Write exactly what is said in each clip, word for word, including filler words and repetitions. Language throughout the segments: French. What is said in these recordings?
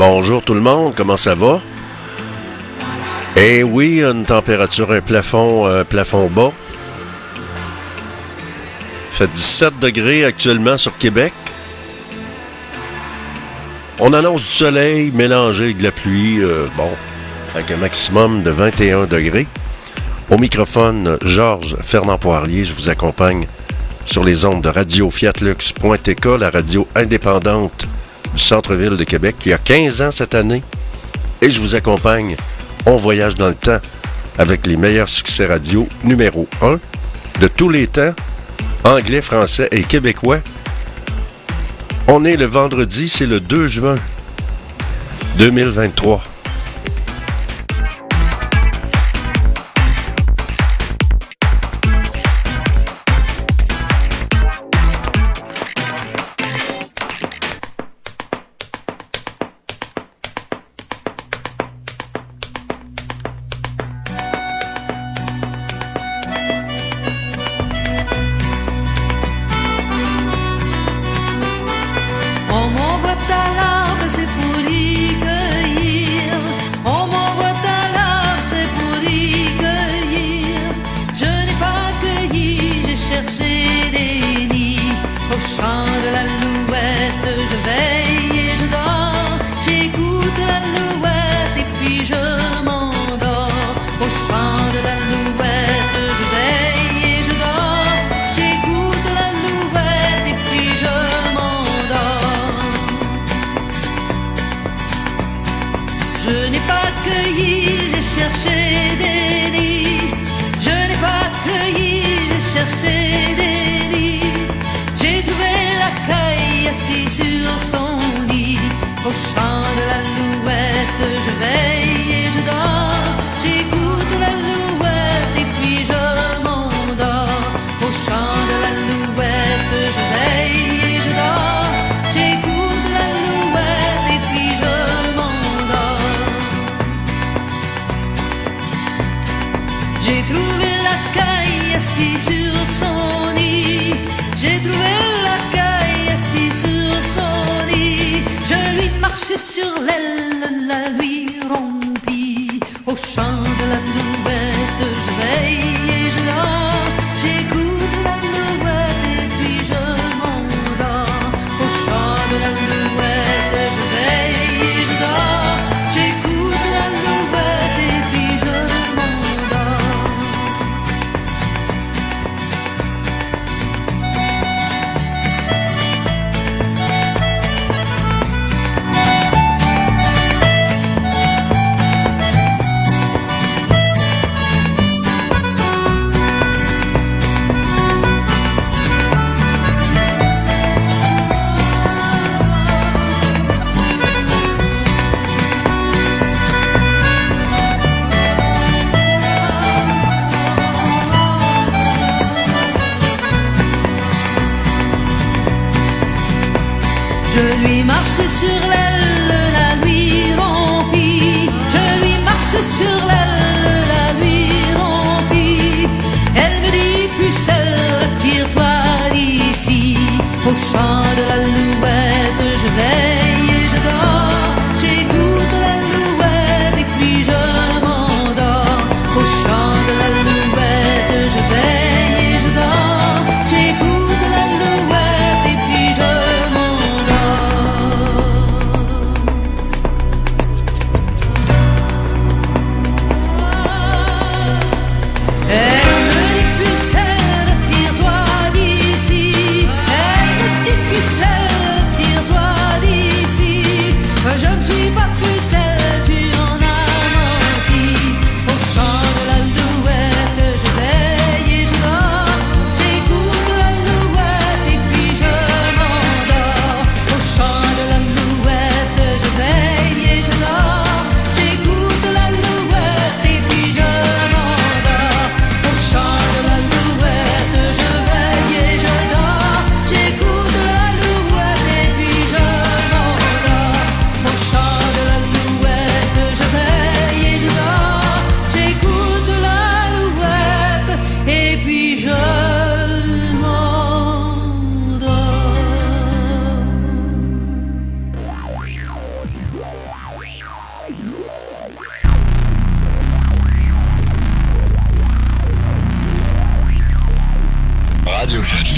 Bonjour tout le monde, comment ça va? Eh oui, une température, un plafond, un plafond bas. Il fait dix-sept degrés actuellement sur Québec. On annonce du soleil mélangé avec de la pluie, euh, bon, avec un maximum de vingt et un degrés. Au microphone, Georges Fernand Poirier, je vous accompagne sur les ondes de radio fiat lux point t k, la radio indépendante du centre-ville de Québec, il y a quinze ans cette année. Et je vous accompagne, on voyage dans le temps avec les meilleurs succès radio numéro un de tous les temps, anglais, français et québécois. On est le vendredi, c'est le deux juin deux mille vingt-trois.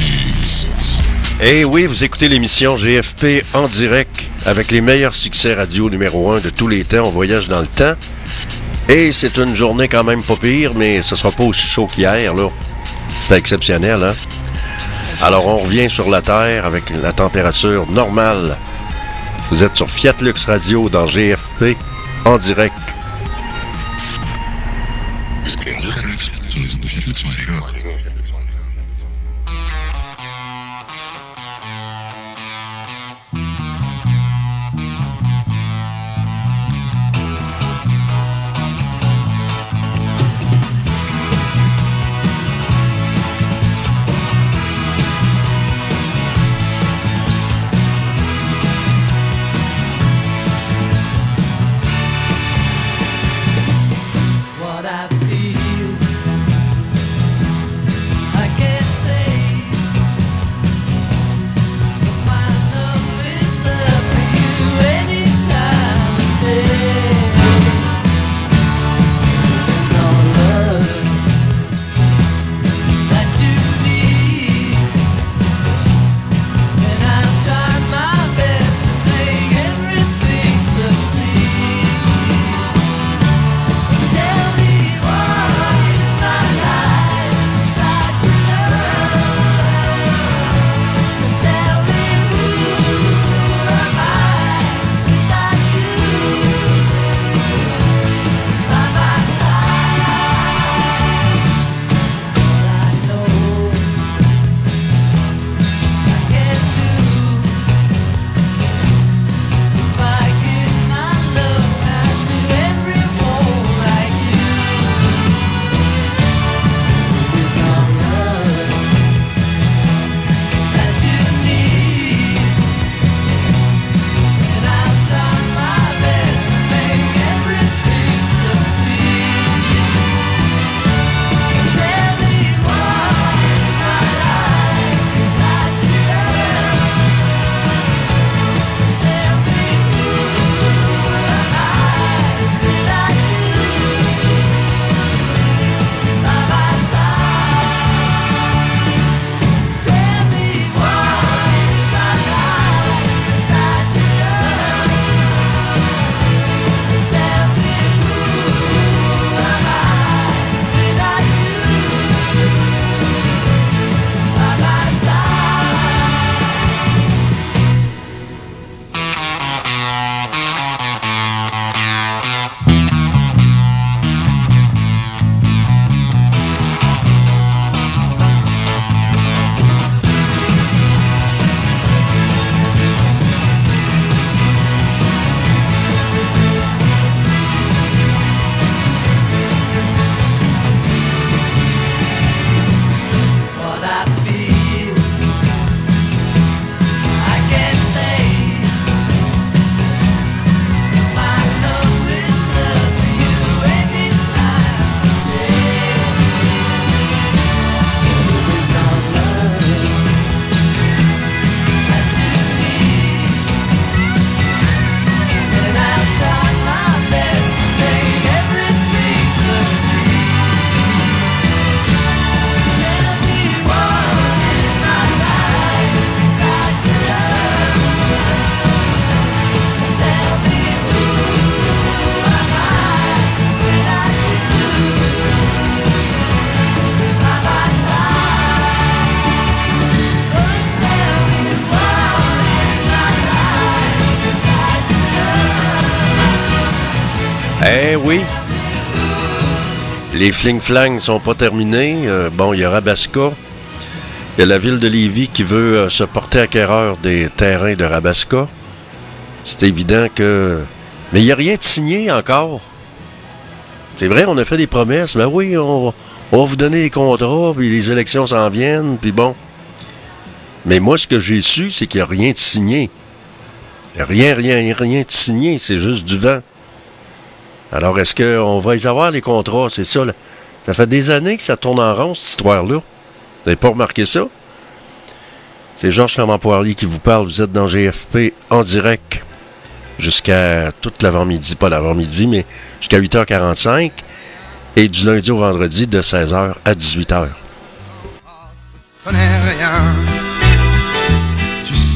Eh oui, vous écoutez l'émission G F P en direct avec les meilleurs succès radio numéro un de tous les temps. On voyage dans le temps. Et c'est une journée quand même pas pire, mais ce sera pas aussi chaud qu'hier, là. C'était exceptionnel, hein? Alors, on revient sur la Terre avec la température normale. Vous êtes sur Fiat Lux Radio dans G F P en direct. Eh oui. Les fling-flang sont pas terminés. Euh, bon, il y a Rabasca. Il y a la ville de Lévis qui veut euh, se porter acquéreur des terrains de Rabasca. C'est évident que... Mais il n'y a rien de signé encore. C'est vrai, on a fait des promesses. Mais oui, on, on va vous donner les contrats, puis les élections s'en viennent, puis bon. Mais moi, ce que j'ai su, c'est qu'il n'y a rien de signé. Il n'y a rien, rien, rien de signé. C'est juste du vent. Alors, est-ce qu'on va y avoir les contrats? C'est ça, là. Ça fait des années que ça tourne en rond, cette histoire-là. Vous n'avez pas remarqué ça? C'est Georges Fernand Poirier qui vous parle. Vous êtes dans G F P en direct jusqu'à toute l'avant-midi. Pas l'avant-midi, mais jusqu'à huit heures quarante-cinq. Et du lundi au vendredi, de seize heures à dix-huit heures. Ce n'est rien.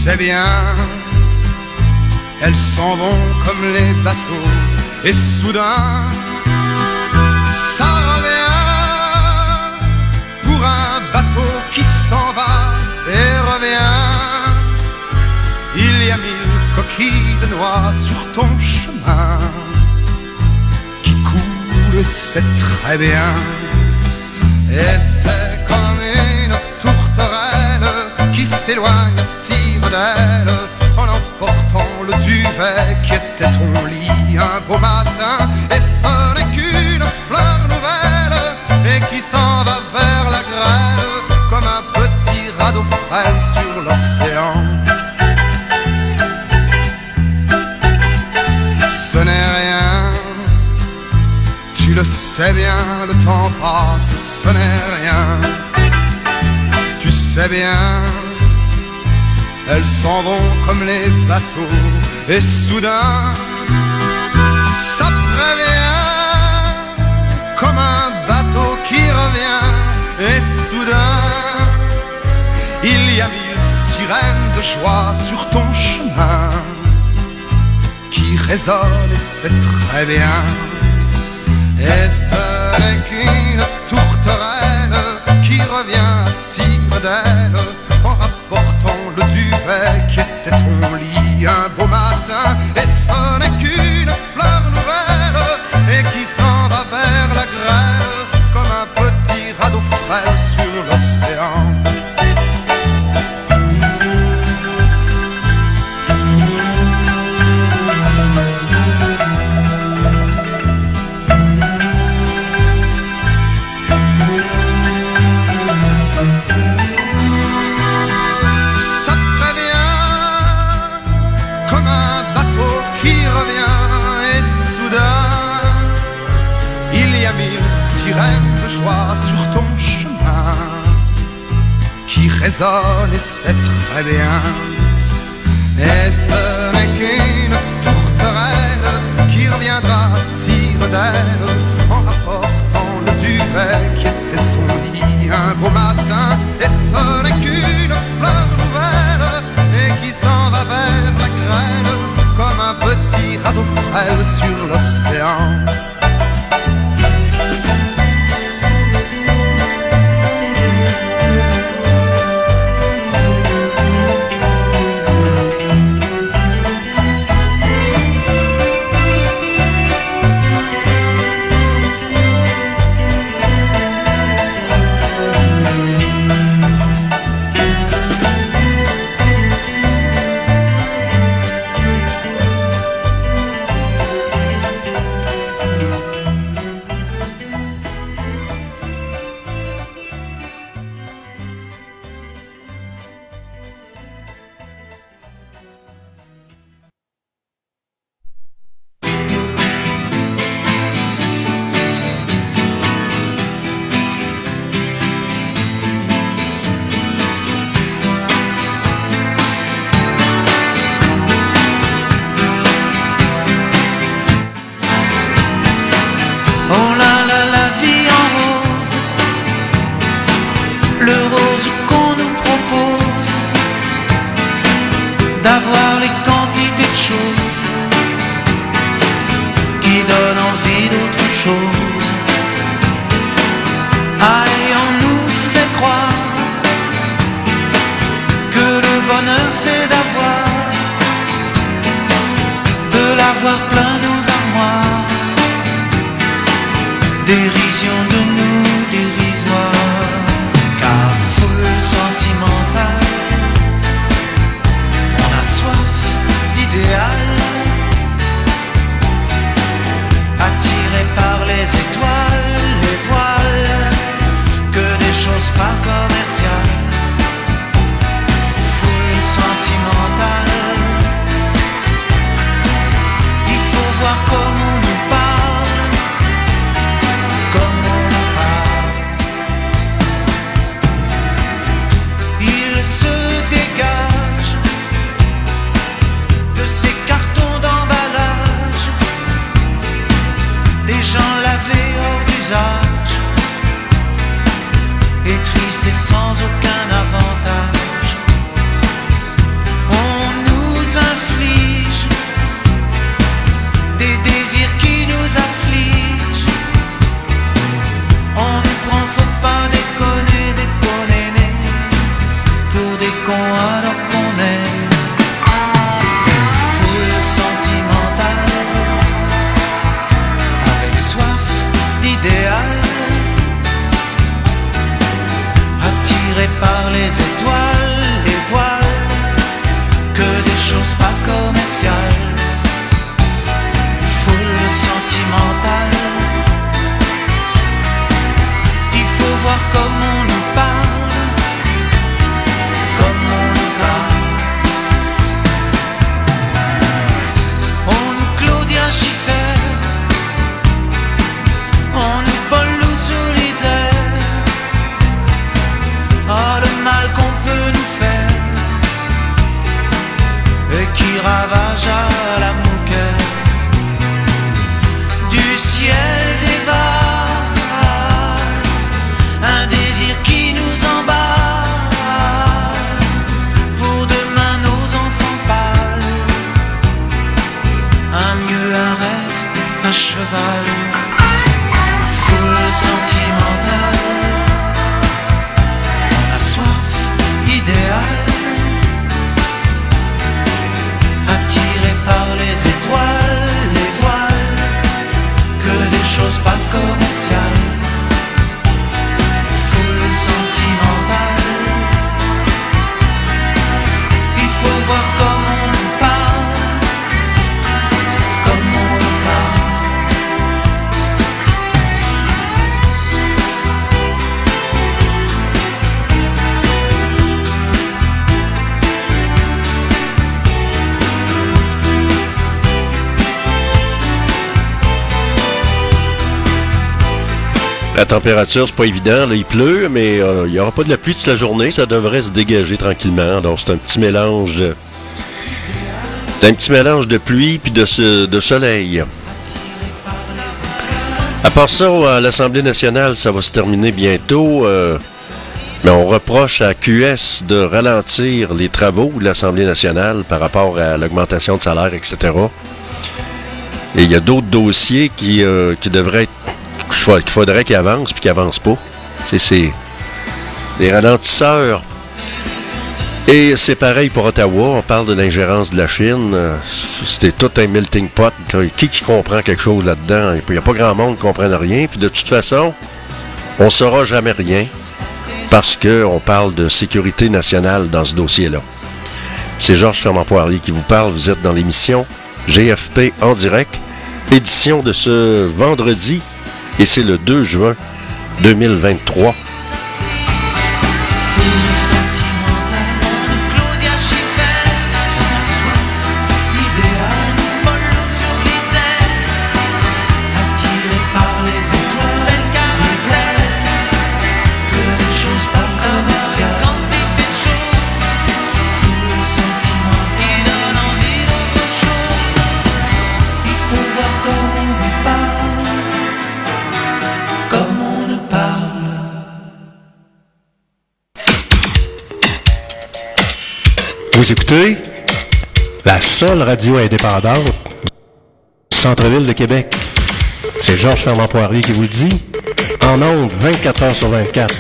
sais bien, elles s'en vont comme les bateaux, et soudain, ça revient pour un bateau qui s'en va et revient. Il y a mille coquilles de noix sur ton chemin qui coulent, c'est très bien. Et c'est comme une tourterelle qui s'éloigne à tire d'aile en emportant le duvet qui était ton lit un beau matin. Et ce n'est qu'une fleur nouvelle et qui s'en va vers la grêle comme un petit radeau frêle sur l'océan. Ce n'est rien, tu le sais bien, le temps passe, ce n'est rien. Tu sais bien, elles s'en vont comme les bateaux, et soudain, ça prévient, comme un bateau qui revient, et soudain, il y a mille sirènes de joie sur ton chemin qui résonne et c'est très bien. Et ce n'est qu'une tourterelle qui revient à tire d'aile en rapportant le duvet qui était ton lit un beau matin. Et ce n'est qu'une fleur nouvelle et qui s'en va vers la grêle comme un petit radeau frêle sur l'océan. De joie sur ton chemin qui résonne et c'est très bien. Et ce n'est qu'une tourterelle qui reviendra à tire d'aile en rapportant le duvet qui était son lit un beau matin. Et ce n'est qu'une fleur nouvelle et qui s'en va vers la grêle comme un petit radeau frêle sur l'océan. La température, c'est pas évident. Là, il pleut, mais euh, il n'y aura pas de la pluie toute la journée. Ça devrait se dégager tranquillement. Donc, c'est un petit mélange de... C'est un petit mélange de pluie puis de, ce, de soleil. À part ça, à l'Assemblée nationale, ça va se terminer bientôt. Euh, mais on reproche à Q S de ralentir les travaux de l'Assemblée nationale par rapport à l'augmentation de salaire, et cetera. Et il y a d'autres dossiers qui, euh, qui devraient être... qu'il faudrait qu'ils avancent puis qu'ils n'avancent pas. C'est, c'est des ralentisseurs. Et c'est pareil pour Ottawa. On parle de l'ingérence de la Chine. C'était tout un melting pot. Qui qui comprend quelque chose là-dedans? Il n'y a pas grand monde qui ne comprenne rien. Puis de toute façon, on ne saura jamais rien parce qu'on parle de sécurité nationale dans ce dossier-là. C'est Georges Fernand-Poirier qui vous parle. Vous êtes dans l'émission G F P en direct. Édition de ce vendredi. Et c'est le deux juin deux mille vingt-trois. Vous écoutez la seule radio indépendante du centre-ville de Québec. C'est Georges Fernand-Poirier qui vous le dit. En ondes, vingt-quatre heures sur vingt-quatre.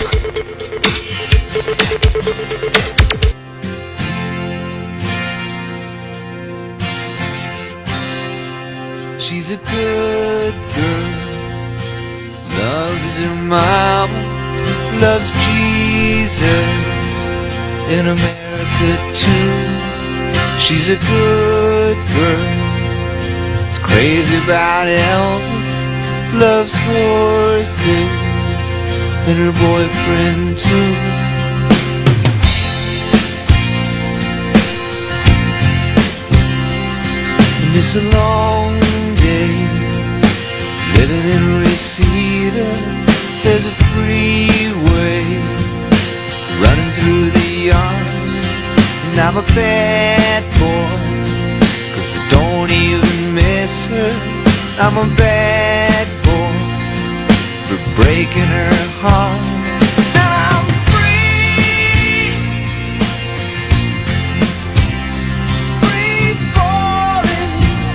She's a good girl, loves her mama, loves Jesus in America too. She's a good girl, is crazy about Elvis, loves horses and her boyfriend too. And it's a long day living in Reseda. There's a freeway running through the yard, and I'm a bad boy, 'cause I don't even miss her. I'm a bad boy for breaking her heart. And I'm free, free falling.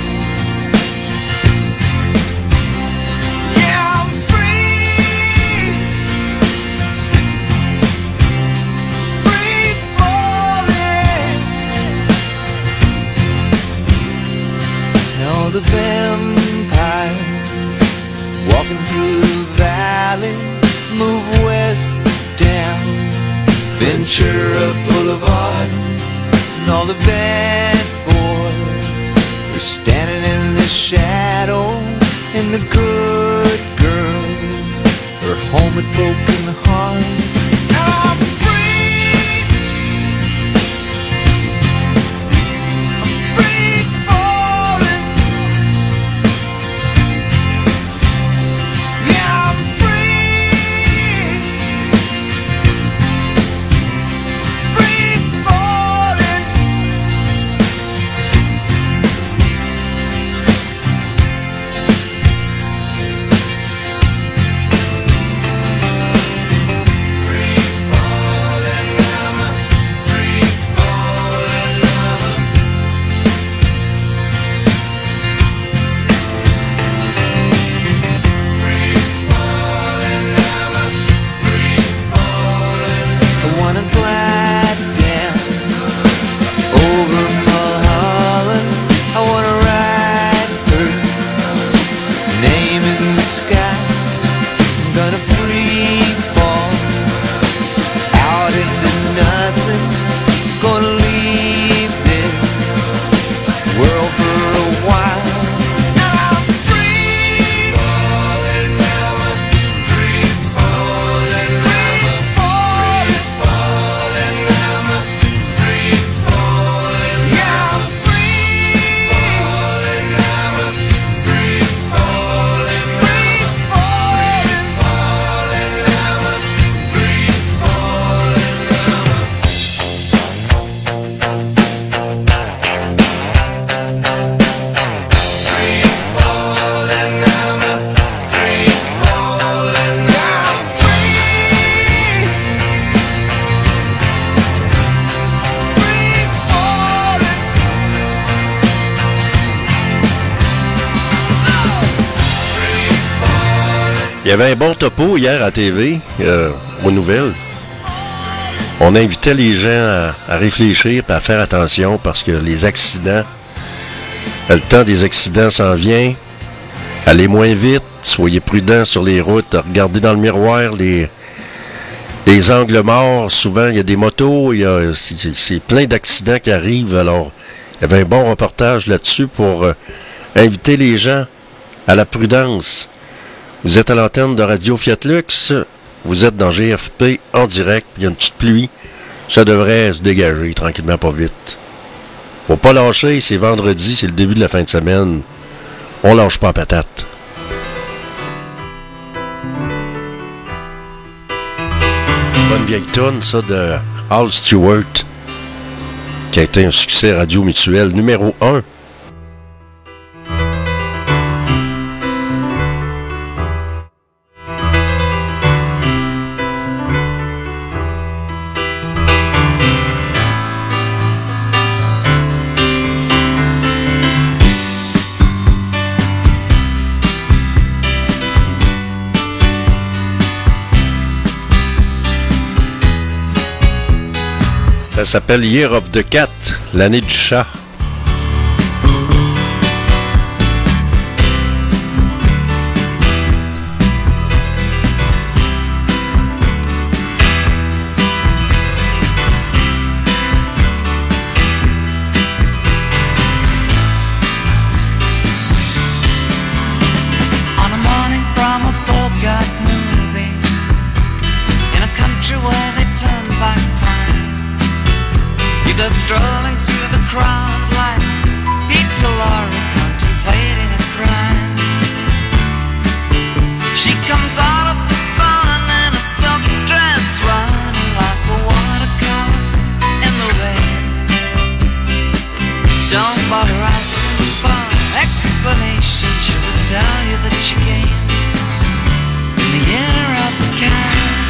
Yeah, I'm free, free falling. And all the vampires walking through the valley move west down Ventura Boulevard, and all the bad boys are standing in the shadows, and the good girls are home with broken hearts. I'm free, I'm free falling. Yeah, I'm free, free falling. Il y avait un bon topo hier à T V, euh, aux nouvelles. On invitait les gens à, à réfléchir et à faire attention parce que les accidents, le temps des accidents s'en vient. Allez moins vite, soyez prudents sur les routes, regardez dans le miroir les, les angles morts. Souvent, il y a des motos, il y a, c'est, c'est plein d'accidents qui arrivent. Alors, il y avait un bon reportage là-dessus pour euh, inviter les gens à la prudence. Vous êtes à l'antenne de Radio Fiat Lux, vous êtes dans G F P en direct, il y a une petite pluie, ça devrait se dégager tranquillement, pas vite. Faut pas lâcher, c'est vendredi, c'est le début de la fin de semaine. On lâche pas la patate. Bonne vieille toune, ça, de Al Stewart, qui a été un succès radio mutuel numéro un. Ça s'appelle Year of the Cat, l'année du chat. On a morning from a Bogart movie, in a country where they turn back time, you go strolling through the crowd like Peter Lorre contemplating a crime. She comes out of the sun in a silk dress, running like a watercolor in the rain. Don't bother asking for explanation, she'll just tell you that she came in the year of the cat.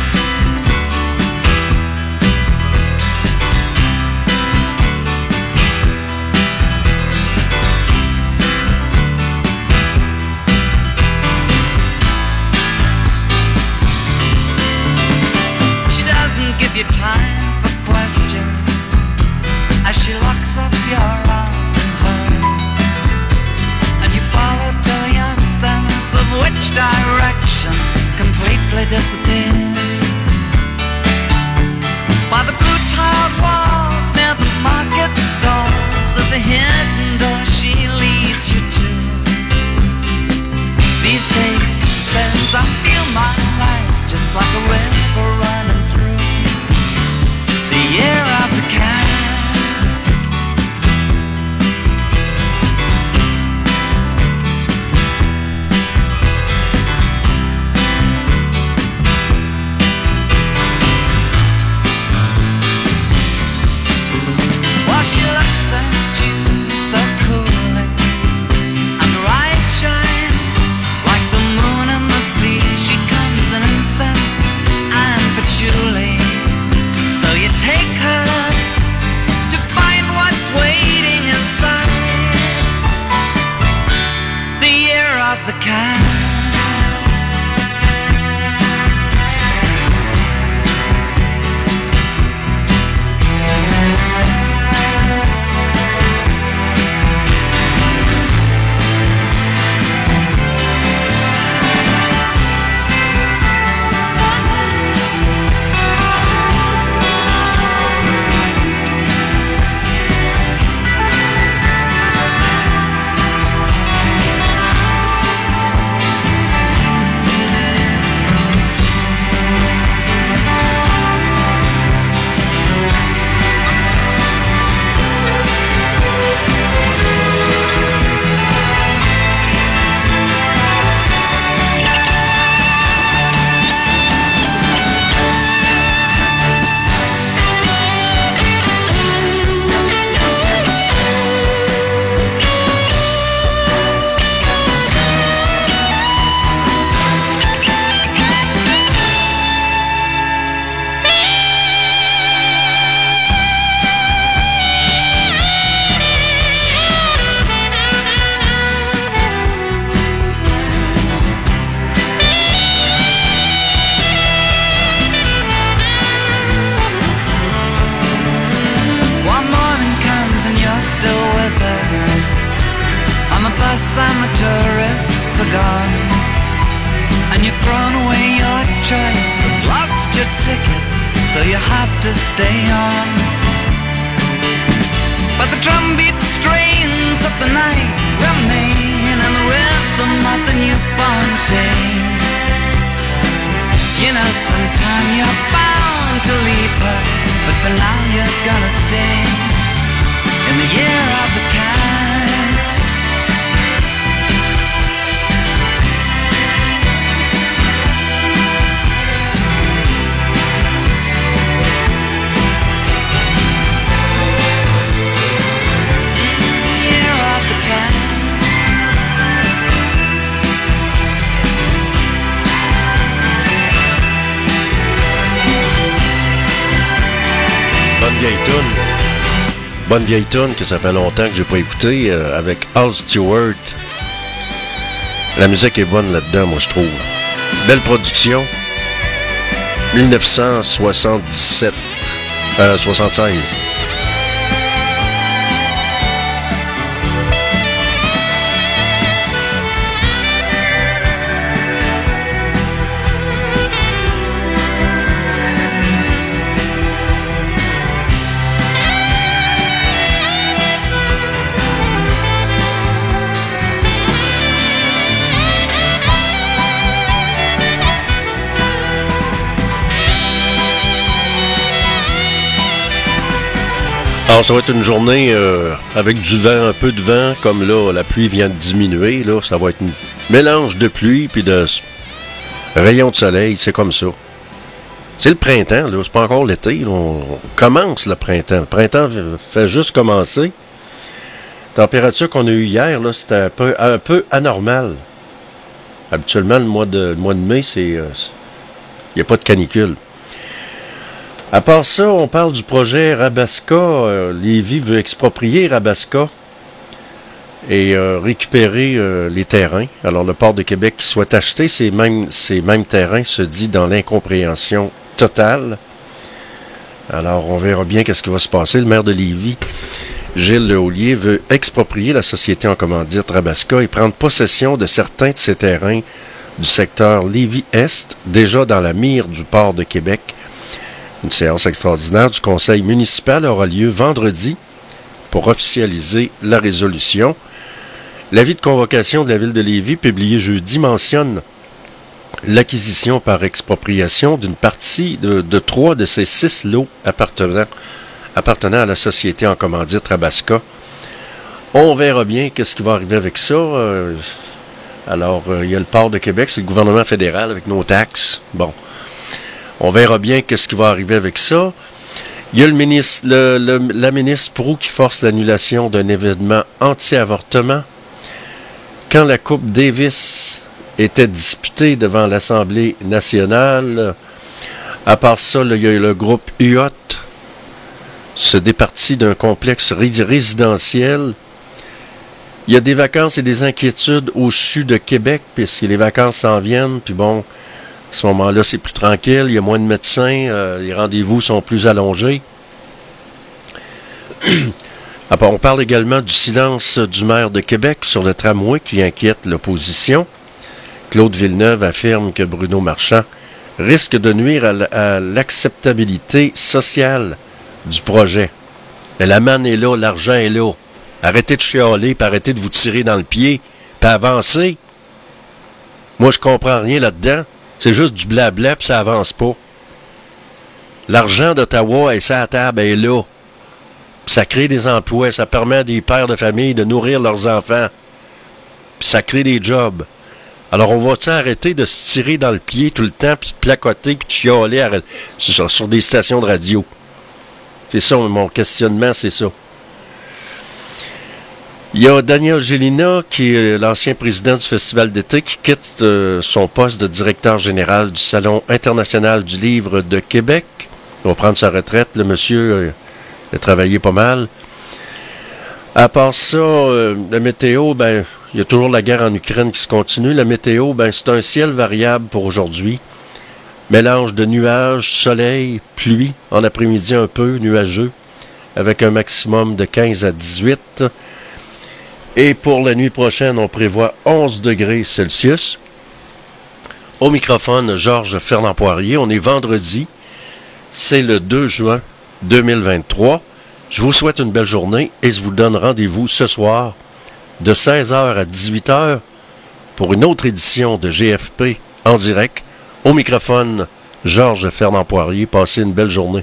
She doesn't give you time for questions as she locks up your arm in hers, and you follow till your sense of which direction completely disappears. By the blue tiled walls near the market stalls, there's a hidden door she leads you to. These days, she says, I feel my life just like a river running through the year of the cat. and the tourists are gone, and you've thrown away your choice and lost your ticket, so you have to stay on. But the drumbeat strains of the night remain, and the rhythm of the newborn day. You know, sometime you're bound to leave her, but for now you're gonna stay in the year of the cat. Bonne vieille toune. Bonne vieille toune que ça fait longtemps que j'ai pas écouté euh, avec Al Stewart. La musique est bonne là-dedans, moi je trouve. Belle production. dix-neuf cent soixante-dix-sept. Euh, soixante-seize. Alors, ça va être une journée euh, avec du vent, un peu de vent, comme là, la pluie vient de diminuer. Là, ça va être un mélange de pluie puis de rayons de soleil, c'est comme ça. C'est le printemps, là, c'est pas encore l'été. Là, on commence le printemps. Le printemps fait juste commencer. La température qu'on a eue hier, là, c'était un peu, un peu anormal. Habituellement, le mois de, le mois de mai, c'est, il euh, n'y a pas de canicule. À part ça, on parle du projet Rabasca. Euh, Lévis veut exproprier Rabasca et euh, récupérer euh, les terrains. Alors, le port de Québec qui souhaite acheter ces mêmes, ces mêmes terrains se dit dans l'incompréhension totale. Alors, on verra bien qu'est-ce qui va se passer. Le maire de Lévis, Gilles Lehaulier, veut exproprier la société en commandite Rabasca et prendre possession de certains de ces terrains du secteur Lévis-Est, déjà dans la mire du port de Québec. Une séance extraordinaire du conseil municipal aura lieu vendredi pour officialiser la résolution. L'avis de convocation de la ville de Lévis, publié jeudi, mentionne l'acquisition par expropriation d'une partie de, de trois de ces six lots appartenant, appartenant à la société en commandite Rabasca. On verra bien qu'est-ce qui va arriver avec ça. Euh, alors, euh, il y a le port de Québec, c'est le gouvernement fédéral avec nos taxes. Bon. On verra bien qu'est-ce qui va arriver avec ça. Il y a le ministre, le, le, la ministre Proulx qui force l'annulation d'un événement anti-avortement. Quand la Coupe Davis était disputée devant l'Assemblée nationale, à part ça, là, il y a eu le groupe U O T, se départit d'un complexe résidentiel. Il y a des vacances et des inquiétudes au C H U de Québec, puisque les vacances s'en viennent, puis bon... À ce moment-là, c'est plus tranquille, il y a moins de médecins, euh, les rendez-vous sont plus allongés. On parle également du silence du maire de Québec sur le tramway qui inquiète l'opposition. Claude Villeneuve affirme que Bruno Marchand risque de nuire à l'acceptabilité sociale du projet. Mais la manne est là, l'argent est là. Arrêtez de chialer, puis arrêtez de vous tirer dans le pied, puis avancez. Moi, je comprends rien là-dedans. C'est juste du blabla, puis ça avance pas. L'argent d'Ottawa est sur la table, est là. Puis ça crée des emplois, ça permet à des pères de famille de nourrir leurs enfants. Puis ça crée des jobs. Alors on va-tu arrêter de se tirer dans le pied tout le temps, puis de placoter, puis de chialer sur, sur des stations de radio? C'est ça, mon questionnement, c'est ça. Il y a Daniel Gélina, qui est l'ancien président du Festival d'été, qui quitte euh, son poste de directeur général du Salon international du livre de Québec. Il va prendre sa retraite. Le monsieur euh, a travaillé pas mal. À part ça, euh, la météo, ben, il y a toujours la guerre en Ukraine qui se continue. La météo, ben, c'est un ciel variable pour aujourd'hui. Mélange de nuages, soleil, pluie, en après-midi un peu nuageux, avec un maximum de quinze à dix-huit. Et pour la nuit prochaine, on prévoit onze degrés Celsius. Au microphone, Georges Fernand Poirier. On est vendredi. C'est le deux juin deux mille vingt-trois. Je vous souhaite une belle journée et je vous donne rendez-vous ce soir de seize heures à dix-huit heures pour une autre édition de G F P en direct. Au microphone, Georges Fernand Poirier. Passez une belle journée.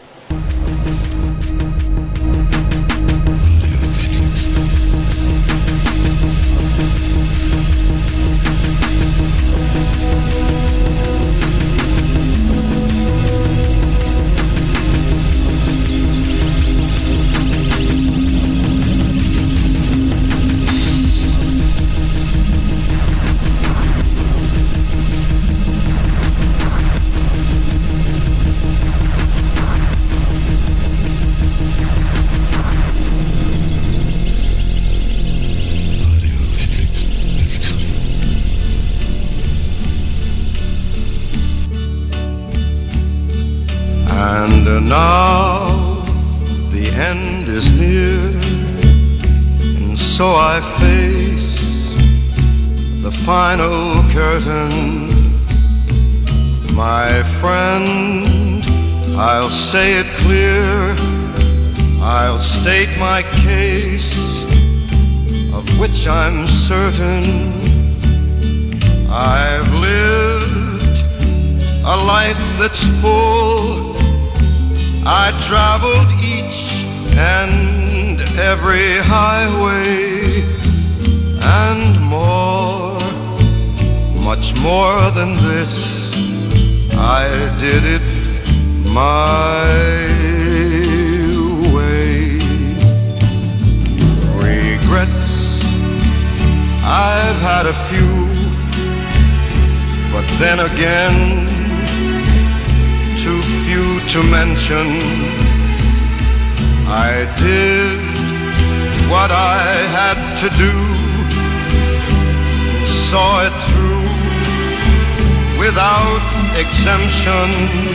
And now the end is near, and so I face the final curtain. My friend, I'll say it clear, I'll state my case, of which I'm certain. I've lived a life that's full. I traveled each and every highway and more, much more than this. I did it my way. Regrets, I've had a few, but then again, too few to mention. I did what I had to do, saw it through without exemption.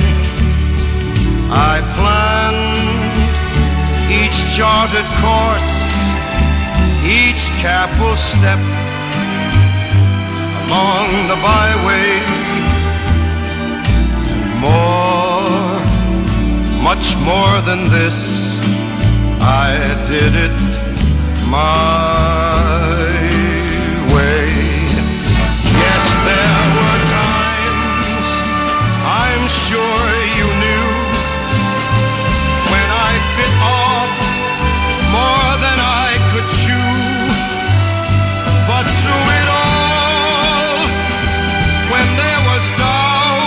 I planned each charted course, each careful step along the byway. More, much more than this, I did it my way. Yes, there were times, I'm sure you knew, when I bit off more than I could chew. But through it all, when there was doubt,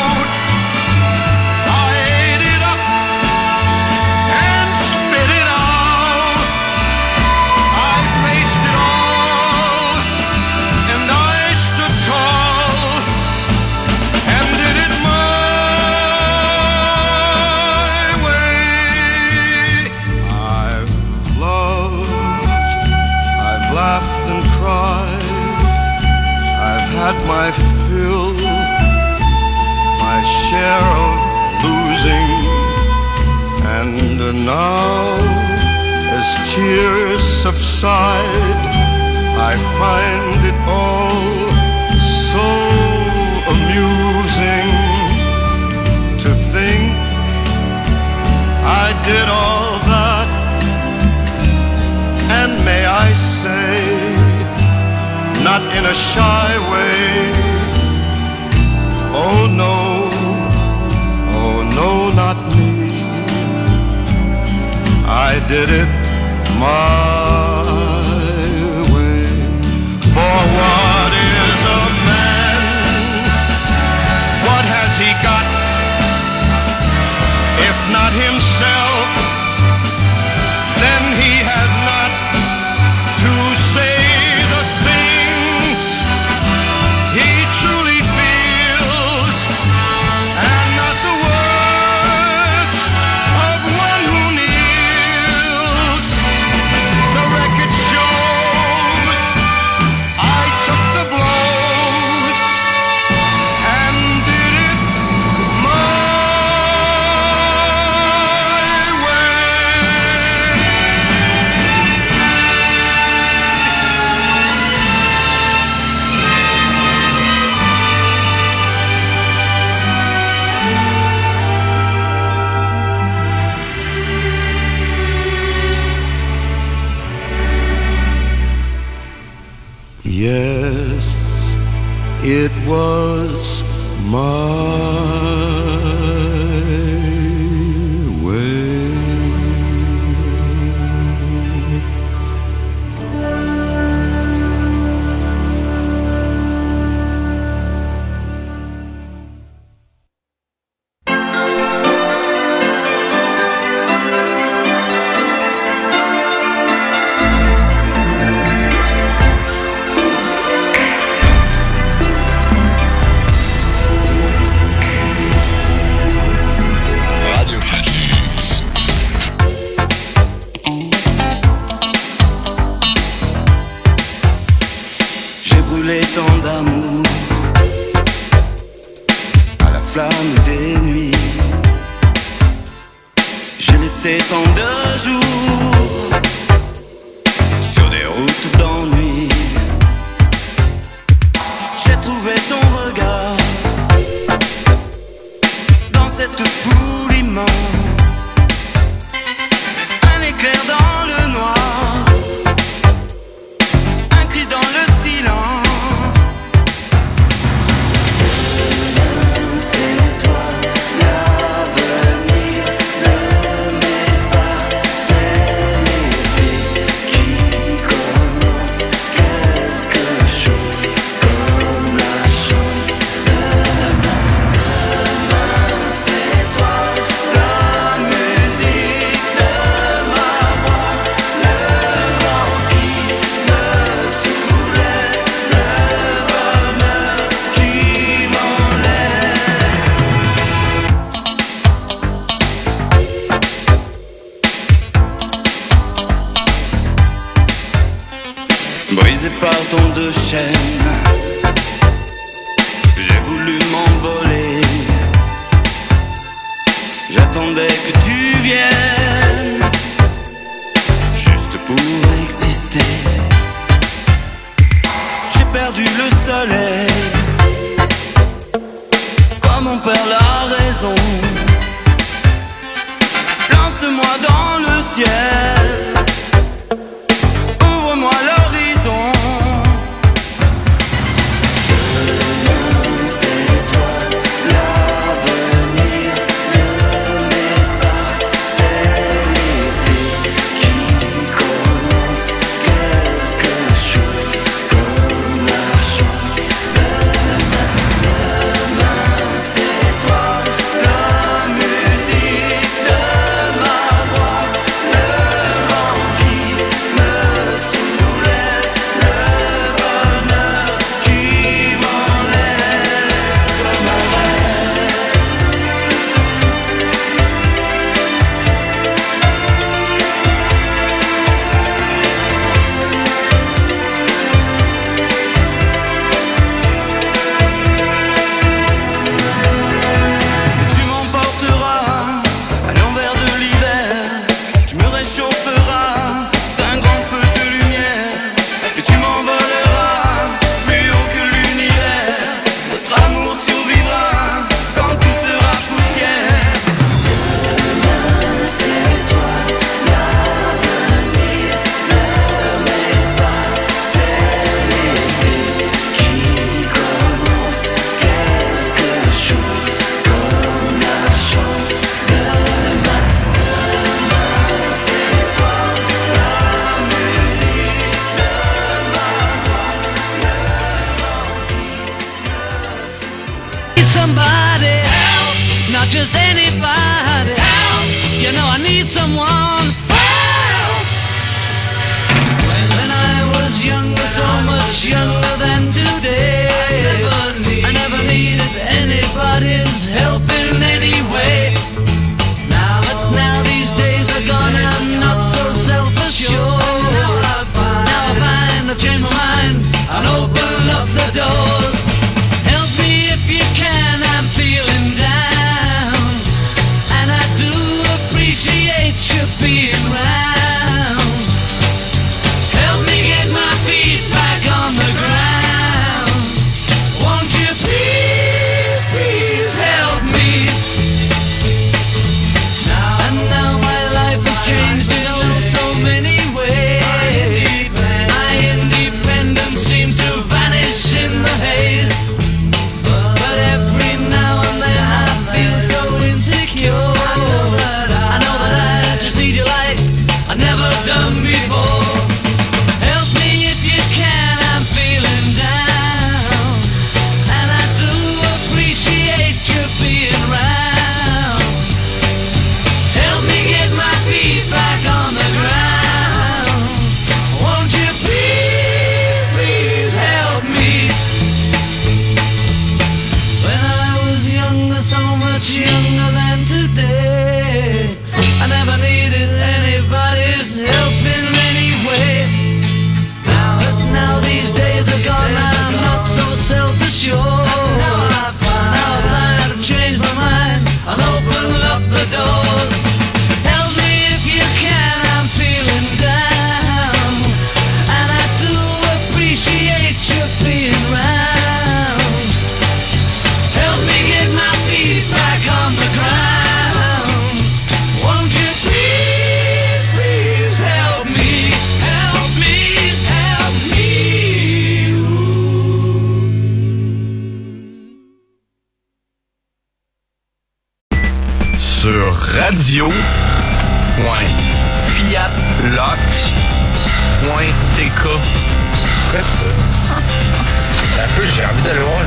had my fill, my share of losing, and now as tears subside, I find it all so amusing to think I did all that, and may I say, not in a shy way. Oh no, oh no, not me. I did it my way. For what is a man? What has he got? If not himself, then he has not to say the things he truly feels, and not the words of one who kneels. The Yes, it was my way. Tant d'amour à la flamme des nuits. J'ai laissé tant de jours sur des routes d'ennui. J'ai trouvé ton regard dans cette foule immense, un éclair dans le noir, un cri dans le silence. Brisé par tant de chaînes, j'ai voulu m'envoler. J'attendais que tu viennes, juste pour exister. J'ai perdu le soleil, comme on perd la raison. Lance-moi dans le ciel, ouvre-moi l'horizon. Demain c'est toi, l'avenir ne m'est pas. C'est l'été qui commence, quelque chose comme la chance. Demain, demain c'est toi, la musique de ma voix, le vent sur radio point fiat lock point t k. Qu'est-ce que c'est? Un peu, j'ai envie d'aller voir